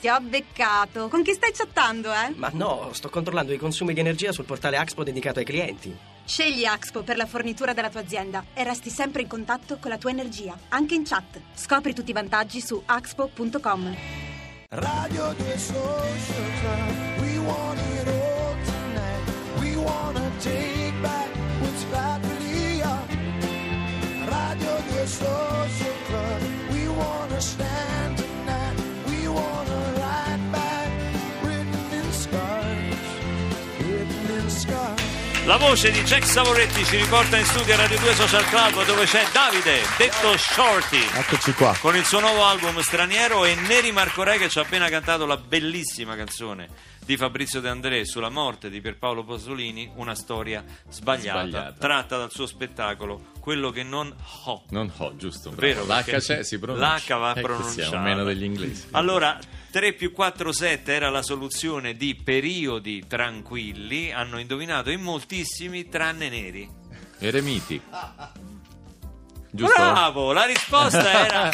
Ti ho beccato. Con chi stai chattando, Ma no, sto controllando i consumi di energia sul portale Axpo dedicato ai clienti. Scegli Axpo per la fornitura della tua azienda e resti sempre in contatto con la tua energia, anche in chat. Scopri tutti i vantaggi su axpo.com. Radio 2 Social Club, we want it all tonight. We wanna take back what's rightfully ours. Radio 2 Social Club, we wanna stand tonight. We wanna ride back, written in scars, written in scars. La voce di Jack Savoretti ci riporta in studio a Radio 2 Social Club, dove c'è Davide, detto Shorty. Eccoci qua. Con il suo nuovo album Straniero, e Neri Marco Re, che ci ha appena cantato la bellissima canzone di Fabrizio De André sulla morte di Pierpaolo Pasolini, una storia sbagliata, tratta dal suo spettacolo Quello che non ho. Non ho, giusto. Vero, L'H c'è, si pronuncia. L'H va pronunciata. Siamo meno degli inglesi. Allora, 3+4=7 era la soluzione di periodi tranquilli. Hanno indovinato in moltissimi, tranne Neri. Eremiti. Giusto? Bravo, la risposta era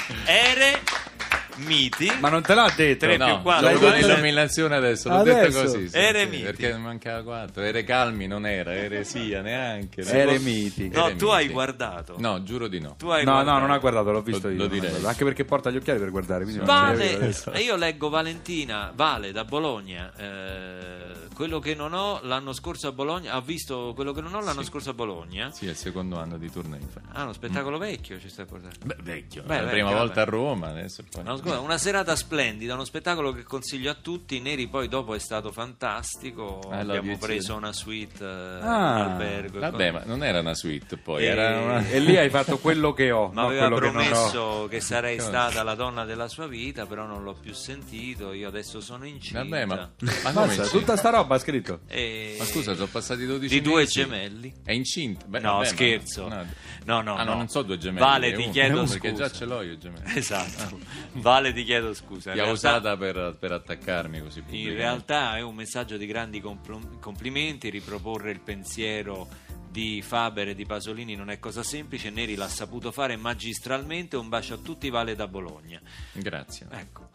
Eremiti. Ma non te l'ha detto? 3+4. L'ho detto in combinazione adesso, l'ho detto così. Sì, Eremiti. perché mancava 4. Ere calmi non era, eresia neanche. Eremiti. No, tu hai guardato. No, giuro di no. Tu hai No, guardato. non ha guardato, l'ho visto Lo io. direi. Anche perché porta gli occhiali per guardare. quindi non Vale, ci vedo. e io leggo Valentina Vale da Bologna. Quello che non ho l'anno scorso a Bologna. Ha visto Quello che non ho l'anno scorso a Bologna. Sì, è il secondo anno di tournée, infatti. Ah, uno spettacolo vecchio ci stai portando. Beh, vecchio. Beh, la prima vecchio, volta vabbè. a Roma, adesso poi. No, scusa, una serata splendida, uno spettacolo che consiglio a tutti. Neri poi dopo è stato fantastico. Abbiamo preso una suite in albergo. Vabbè, ma non era una suite, poi era una... E lì hai fatto quello che ho. Ma no, aveva quello che non ho. promesso che sarei stata la donna della sua vita, però non l'ho più sentito. Io adesso sono incinta. Vabbè, ma come Basta, incinta? tutta sta roba ha scritto. E- Ma scusa, sono passati 12 di due mesi. gemelli. È incinta? Beh, No, vabbè, scherzo. ma- No. Ah, no, non so due gemelli. Vale, è ti uno. chiedo È uno, scusa. perché già ce l'ho io gemelli. Esatto. Vale, ti chiedo scusa. Ti ha usata per attaccarmi così In pubblicamente. realtà è un messaggio di grandi complimenti. Riproporre il pensiero di Faber e di Pasolini non è cosa semplice. Neri l'ha saputo fare magistralmente. Un bacio a tutti, Vale da Bologna. Grazie. Ecco.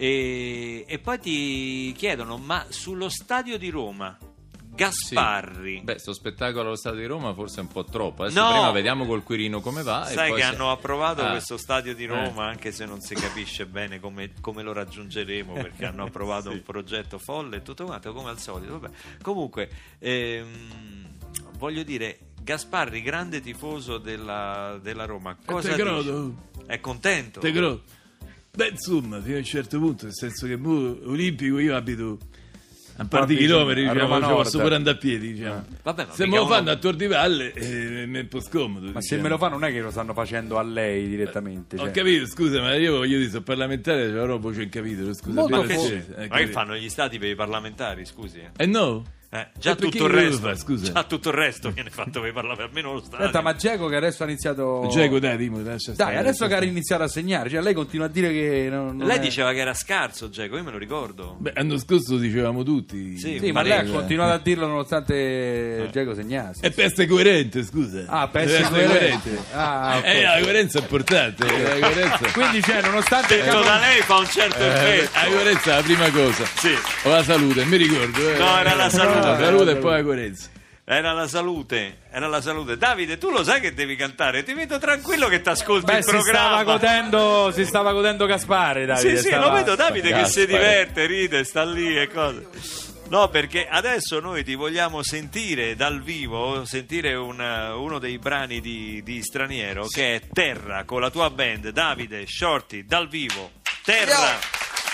E poi ti chiedono, ma sullo stadio di Roma Gasparri, Sì. Beh, sto spettacolo allo Stadio di Roma forse è un po' troppo. Adesso No. prima vediamo col Quirino come va. sai e poi che se- hanno approvato Ah. questo stadio di Roma, anche se non si capisce bene come lo raggiungeremo, perché hanno approvato un progetto folle e tutto quanto, come al solito. Vabbè. Comunque voglio dire, Gasparri, grande tifoso della Roma, cosa te dice? credo. È contento? Te credo. Beh, insomma, fino a un certo punto, nel senso che Olimpico io abito a un par di chilometri, a diciamo, Roma cioè, Nord. posso pure andare a piedi, diciamo. Vabbè, ma Se mica me lo uno- fanno a Tor di Valle mi è un po' scomodo. Ma se diciamo. me lo fa non è che lo stanno facendo a lei direttamente. Ho cioè. capito, scusa, ma io voglio dire, sono parlamentare, avrò voce in capitolo, scusa. Molto per- forse. Ma che capito. fanno gli stati per i parlamentari, scusi? No? Già E perché tutto il io resto, devo fare, scusa? già tutto il resto viene fatto per parlare, almeno lo stadio. Aspetta, ma Dzeko che adesso ha iniziato. Dzeko, dai, dimmi, lascia stare. Dai, adesso che ha iniziato a segnare, cioè lei continua a dire che non Lei è- diceva che era scarso, Dzeko, io me lo ricordo. Beh, l'anno scorso lo dicevamo tutti. Sì, Sì, ma lei ha parecchio. continuato a dirlo nonostante Dzeko segnasse. È peste coerente, scusa. Ah, peste coerente. Ah, ok. La coerenza è importante. La coerenza... Quindi c'è, nonostante il Detto da lei fa un certo effetto. La coerenza è la prima cosa. Sì. O la salute, mi ricordo. No, era la salute. La salute e poi la coerenza. Era la salute. Davide, tu lo sai che devi cantare, ti vedo tranquillo che ti ascolti Beh, il si programma. si stava godendo Gaspare, Davide. Sì, stava- lo vedo Davide che si Gaspare. diverte, ride, sta lì e cose. No, perché adesso noi ti vogliamo sentire dal vivo, sentire uno dei brani di Straniero, che è Terra, con la tua band, Davide, Shorty, dal vivo. Terra!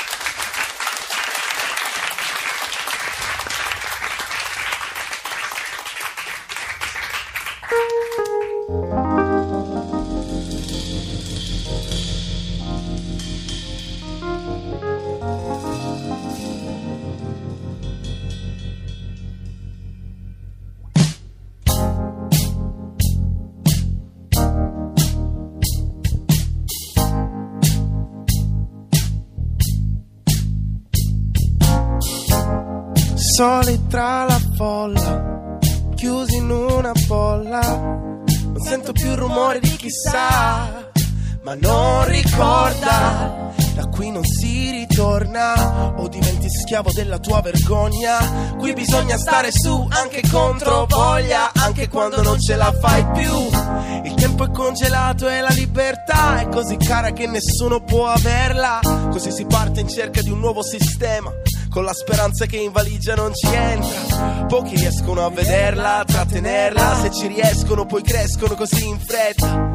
Soli tra la folla, chiusi in una bolla, non sento più il rumore di chissà, ma non ricorda da qui non si ritorna, o diventi schiavo della tua vergogna. Qui bisogna stare su anche contro voglia, anche quando non ce la fai più. Il tempo è congelato e la libertà è così cara che nessuno può averla. Così si parte in cerca di un nuovo sistema, con la speranza che in valigia non ci entra. Pochi riescono a vederla, a trattenerla. Se ci riescono poi crescono così in fretta.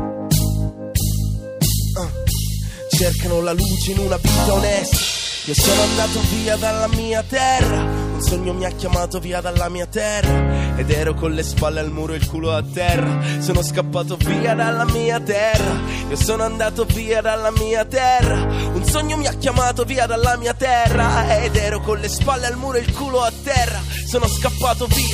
Cercano la luce in una vita onesta. Io sono andato via dalla mia terra, un sogno mi ha chiamato via dalla mia terra, ed ero con le spalle al muro e il culo a terra. Sono scappato via dalla mia terra, io sono andato via dalla mia terra, un sogno mi ha chiamato via dalla mia terra, ed ero con le spalle al muro e il culo a terra. Sono scappato via.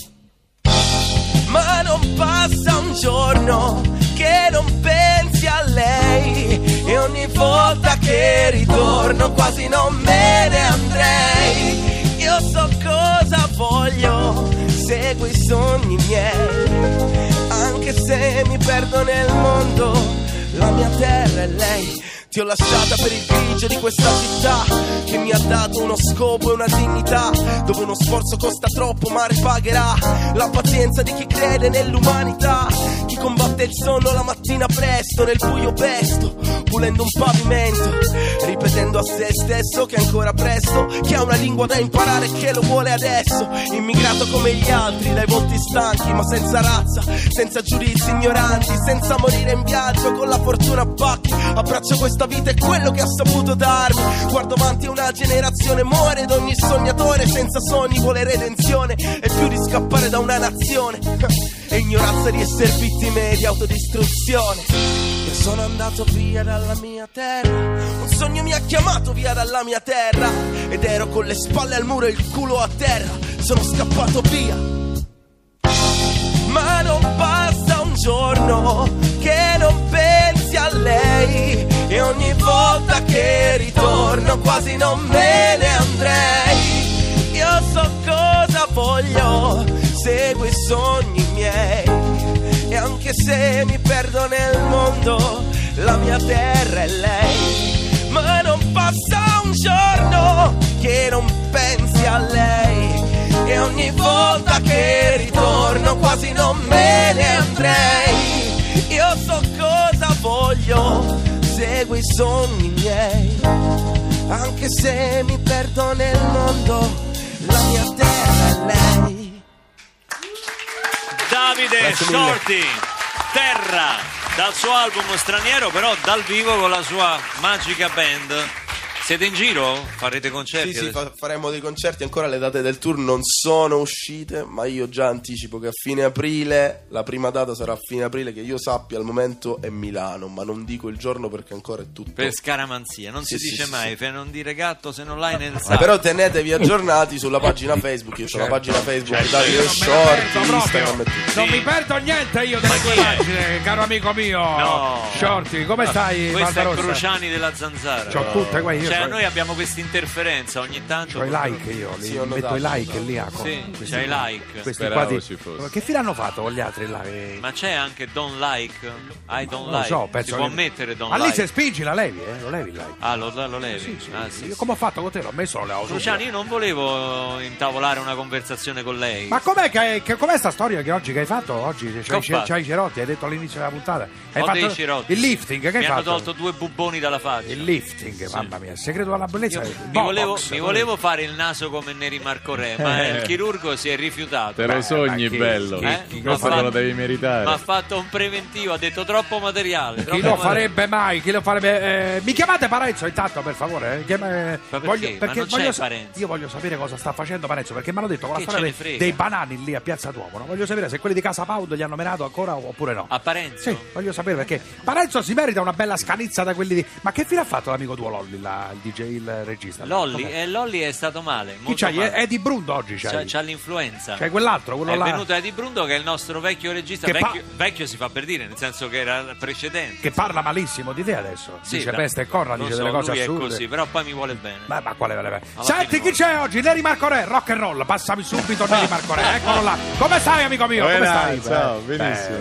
Ma non passa un giorno che non pensi a lei, e ogni volta che ritorno quasi non me ne andrei. Io so cosa voglio, seguo i sogni miei, anche se mi perdo nel mondo, la mia terra è lei. Ti ho lasciata per il grigio di questa città, che mi ha dato uno scopo e una dignità, dove uno sforzo costa troppo ma ripagherà. La pazienza di chi crede nell'umanità, chi combatte il sonno la mattina presto, nel buio pesto, pulendo un pavimento, ripetendo a se stesso che è ancora presto, che ha una lingua da imparare e che lo vuole adesso. Immigrato come gli altri, dai volti stanchi ma senza razza, senza giudizi ignoranti, senza morire in viaggio con la fortuna a pacchi. Abbraccio questa vita e quello che ha saputo darmi, guardo avanti a una generazione, muore ed ogni sognatore senza sogni vuole redenzione, e più di scappare da una nazione e ignoranza di essere vittime di autodistruzione. Io sono andato via dalla mia terra, un sogno mi ha chiamato via dalla mia terra, ed ero con le spalle al muro e il culo a terra. Sono scappato via. Ma non passa un giorno che non pensi a lei, e ogni volta che ritorno quasi non me ne andrei. Io so cosa voglio, seguo i sogni miei, e anche se mi perdo nel mondo, la mia terra è lei. Ma non passa un giorno che non pensi a lei, e ogni volta che ritorno quasi non me ne andrei. Io so cosa voglio, seguo i sogni miei, anche se mi perdo nel mondo, la mia terra è lei. Davide Shorty, Terra, dal suo album Straniero, però dal vivo con la sua magica band. Siete in giro? Farete concerti? Sì, faremo dei concerti, ancora le date del tour non sono uscite, ma io già anticipo che a fine aprile, la prima data sarà a fine aprile, che io sappia al momento è Milano, ma non dico il giorno perché ancora è tutto per scaramanzia, non si dice mai, non dire gatto se non l'hai nel sacco. Però tenetevi aggiornati sulla pagina Facebook, io ho la pagina Facebook di Davide Shorty, Instagram e tutto. Non mi perdo niente io delle tue pagine, caro amico mio. No. Shorty, come stai? Questo è Cruciani della Zanzara. C'ho tutte qua io. Noi abbiamo questa interferenza ogni tanto. C'ho i like io, metto i like lì a c'hai i like. Questi qua che fine hanno fatto con gli altri là? Ma c'è anche don't like? I don't like. So, si può mettere don't like. Ma lì like. se spingi la levi, lo levi il like. Ah, lo levi? Sì. Sì. Io come ho fatto con te? L'ho messo, le ho Luciani, io non volevo intavolare una conversazione con lei. Ma com'è sta storia che oggi che hai fatto? Oggi c'hai i cerotti, hai detto all'inizio della puntata. Hai fatto dei cerotti. Il lifting, che hai fatto? Mi hanno tolto 2 bubboni dalla faccia. Il lifting, mamma mia, il segreto della bellezza. Mi volevo fare il naso come Neri Marco Re, ma il chirurgo si è rifiutato. Te lo sogni bello. Questo te lo devi meritare. Ma ha fatto un preventivo, ha detto troppo materiale. Chi lo farebbe mai? Chi lo farebbe? Mi chiamate Parenzo intanto, per favore? Ma perché non c'è Parenzo? Io voglio sapere cosa sta facendo Parenzo, perché mi hanno detto con la storia dei banani lì a Piazza Duomo, no? Voglio sapere se quelli di Casa Pound gli hanno menato ancora oppure no. A Parenzo? Sì, voglio sapere perché Parenzo si merita una bella scanizza da quelli di... Ma che fine ha fatto l'amico tuo Lolli là? il DJ, il regista. Lolli è stato male. Chi molto c'hai? male. Eddie Brundo oggi c'hai. C'ha l'influenza. C'hai quell'altro, quello è là. venuto Eddie Brundo, che è il nostro vecchio regista. Che Vecchio si fa per dire, nel senso che era precedente. Che parla malissimo di te adesso. Sì, dice peste e corna, dice delle cose lui assurde. è così, però poi mi vuole bene. Ma quale vale? Alla Senti, fine chi c'è oggi? Neri Marco Re, rock and roll. Passami subito Neri Marco Re, eccolo là. Come stai, amico mio? Come stai? Ciao, benissimo.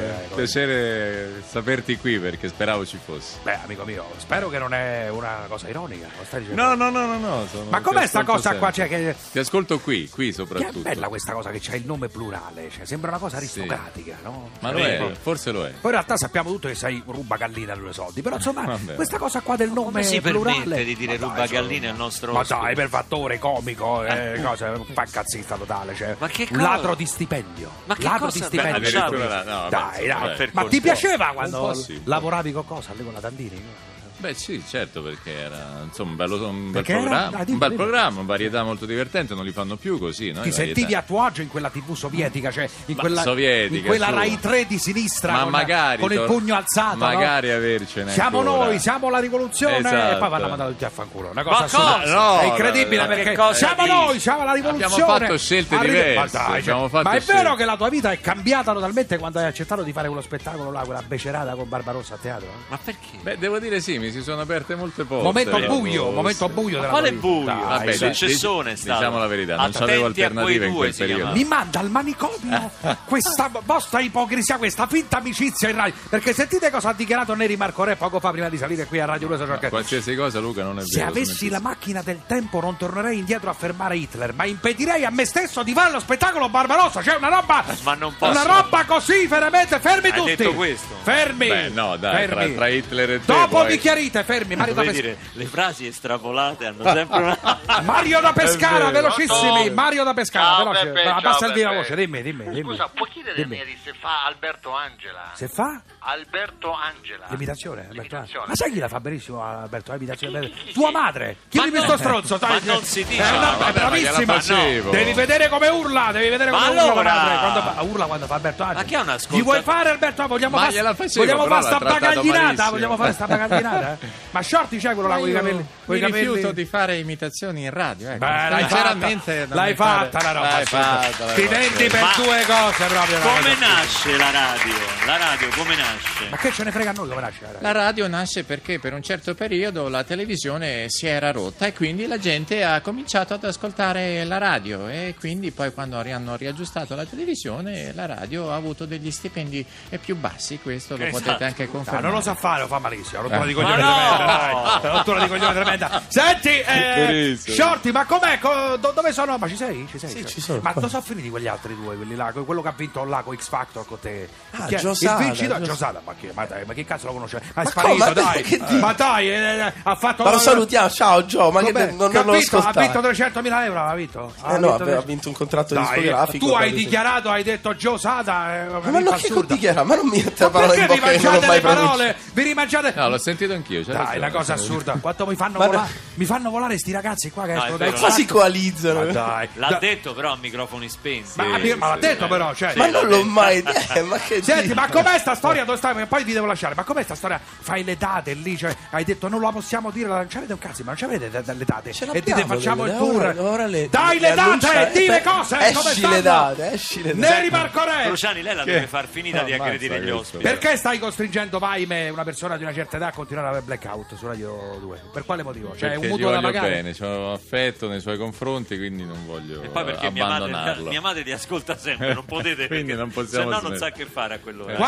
Piacere saperti qui, perché speravo ci fossi. Beh, amico mio, spero che non è una cosa ironica. Lo stai dicendo? No. Ma com'è sta cosa qua? Cioè, che Ti ascolto qui è soprattutto. bella questa cosa che c'è il nome plurale, cioè, sembra una cosa aristocratica, no? Ma lo è, forse lo è. Poi in realtà sappiamo tutto che sei un rubagallina alle soldi, però insomma Vabbè. questa cosa qua del nome Come si plurale permette di dire Ma dai, rubagallina al nostro Ma ospite? dai, per fattore comico, cosa, un fancazzista totale, cioè, Ma che un cosa? ladro di stipendio. Ma che ladro cosa? di stipendio. Beh, Addirittura no, Dai, dai. per Ma ti colpo. piaceva Un quando po' sì, un po'. lavoravi con cosa? Lì con la Tandini? Beh sì, certo, perché era insomma un bel Perché era- programma, dimmi, un bel dimmi. programma, varietà molto divertente, non li fanno più così, no? Ti I varietà. sentivi a tuo agio in quella TV sovietica, cioè in Ma quella, sovietica, in quella su. Rai 3 di sinistra Ma con, magari con il pugno alzato, magari no? avercene Siamo ancora. noi, siamo la rivoluzione, Esatto. e poi vanno mandati tutti a fanculo. Una cosa Ma assurda. cosa? No, è incredibile ma che perché cosa siamo dici? noi, siamo la rivoluzione. Abbiamo fatto scelte diverse, Ma, dai, abbiamo fatto ma è scelte. vero che la tua vita è cambiata totalmente quando hai accettato di fare quello spettacolo là, quella becerata con Barbarossa a teatro? Ma perché? Beh, devo dire sì, mi si sono aperte molte porte. Momento buio della Quale tua vita. buio? Dai, Vabbè, sai. successone è stato. diciamo la verità, non Attenti c'avevo a quei alternative in due, quel si periodo. chiamava. Mi manda al manicomio questa vostra ipocrisia, questa finta amicizia in Rai. Perché sentite cosa ha dichiarato Neri Marco Re poco fa prima di salire qui a Radio 2 Social Club. Qualsiasi cosa, Luca, non è Se vero. avessi la macchina del tempo non tornerei indietro a fermare Hitler, ma impedirei a me stesso di fare lo spettacolo Barbarossa. C'è una roba, Ma non posso. una roba così, veramente. Fermi Hai tutti. detto questo? Fermi. Beh, no, dai, Fermi. tra Hitler e te Dopo poi- vi chiarite, fermi. Mario da, Vuoi dire, le frasi estrapolate hanno sempre una... Mario da Pescara, È vero. velocissimi. Mario da Pescara, Ciao, veloce. Peppe, Va, ciao, abbassa il Peppe. la voce, dimmi. Scusa, puoi chiedere a Neri se fa Alberto Angela? Se fa Alberto Angela. l'imitazione, Alberto. L'imitazione. Ma sai chi la fa benissimo Alberto? L'imitazione Chi? tua madre. Chiedimi sto stronzo, dai. Ma non si dice. È No, vabbè, è bravissima. ma gliela facevo. Devi vedere come urla, Ma urla allora? urla quando fa Alberto Angela. Ma che è un ascolta- Gli vuoi fare Alberto? Vogliamo Ma fare gliela facevo, vogliamo però fare l'ha sta trattato bagagllinata? malissimo. Vogliamo fare sta bagagllinata? Ma Shorty c'è quello là con i capelli. Mi rifiuto di fare imitazioni in radio. Ecco. Beh, l'hai Sinceramente, fatta, non l'hai mi pare- fatta la roba. L'hai assurda. fatta, l'hai Ti fatta. vendi per Ma due cose proprio. una Come cosa. nasce la radio? La radio come nasce? Ma che ce ne frega a noi come nasce la radio? La radio nasce perché per un certo periodo la televisione si era rotta e quindi la gente ha cominciato ad ascoltare la radio e quindi poi quando hanno riaggiustato la televisione la radio ha avuto degli stipendi più bassi, questo lo Esatto. potete anche Ah, confermare. non lo sa fare, lo fa malissimo. Rottura di Ma coglione no! tremenda, dai. Rottura di coglione tremenda. Senti, Durissimo. Shorty, ma com'è? Dove sono? Ma ci sei? Ci sei? Sì, Shorty? ci sono. Ma dove sono finiti quegli altri due, quelli là? Quello che ha vinto là con X Factor con te? Ah, Chi è? Giosada, Il vincitore? Giosada. Giosada, ma che cazzo lo conosce? Ma è Ma sparito, come? dai. Che dici? Ma dai, ha fatto. Ma lo salutiamo, ciao Gio, ma che Com'è? non Che ha l'ho vinto? Ha ascoltato. vinto 300.000 euro, ha vinto? No, ha vinto un contratto Dai, discografico. tu hai credo, sì. dichiarato, hai detto Giosada. Ma non che dichiara, ma non mi mette la parola Perché in vi bocca che non ho mangiate mai le parole? pronunciato. Vi rimangiate. No, l'ho sentito anch'io. c'è Dai, ragione. una cosa assurda. Quanto mi fanno Ma- volare? Mi fanno volare sti ragazzi qua che No, escono è dai vero, Qua si Ma coalizzano. dai. L'ha detto però a microfoni spenti. Ma l'ha detto però, cioè. Ma non l'ho mai detto. Ma che Senti, dici? ma com'è sta storia? Dove stai? Poi vi devo lasciare. Ma com'è sta storia? Fai le date lì, cioè hai detto non la possiamo dire, non c'avete un cazzo, ma non c'avete delle date. Ce E dite l'abbiamo facciamo il delle- tour. ora Dai le date, annuncia- di le cose. come Esci stanno? le date, esci le date. Neri Marco Re. Cruciani, lei la deve far finita di ammazza aggredire gli questo. ospiti. Perché stai costringendo Vaime, una persona di una certa età, a continuare a avere blackout su Radio 2? Per quale motivo? Cioè, è un Perché gli mutuo da voglio pagare? bene, ho affetto nei suoi confronti, quindi non voglio E poi perché mia abbandonarlo. madre ti ascolta sempre, non potete, Quindi perché non possiamo se no non smettere. sa che fare a quell'ora.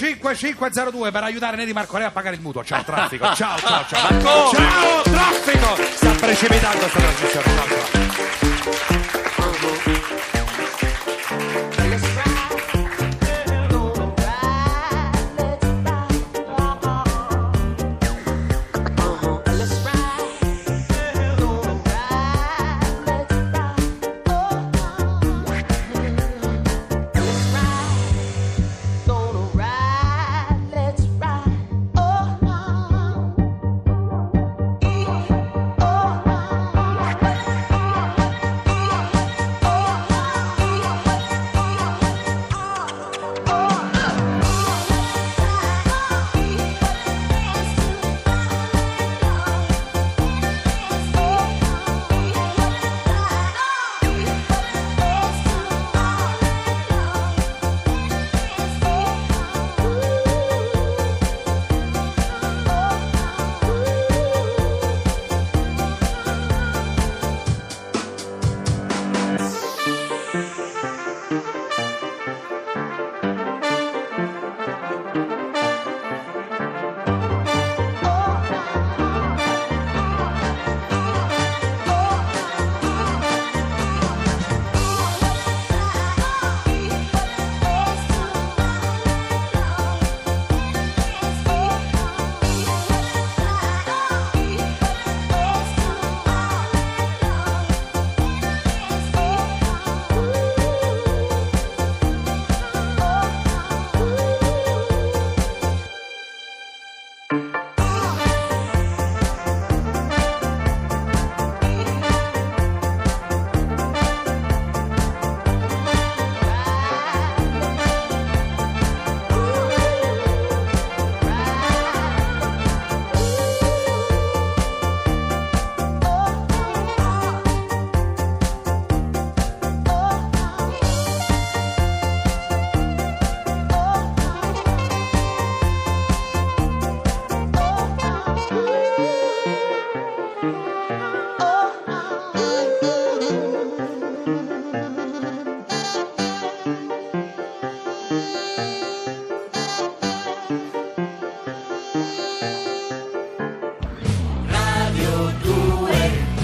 45502 per aiutare Neri Marco Re a pagare il mutuo. Ciao traffico, ciao. Ma come? Ciao traffico! Sta precipitando sta trasmissione. Ciao. Oh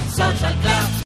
Social Club.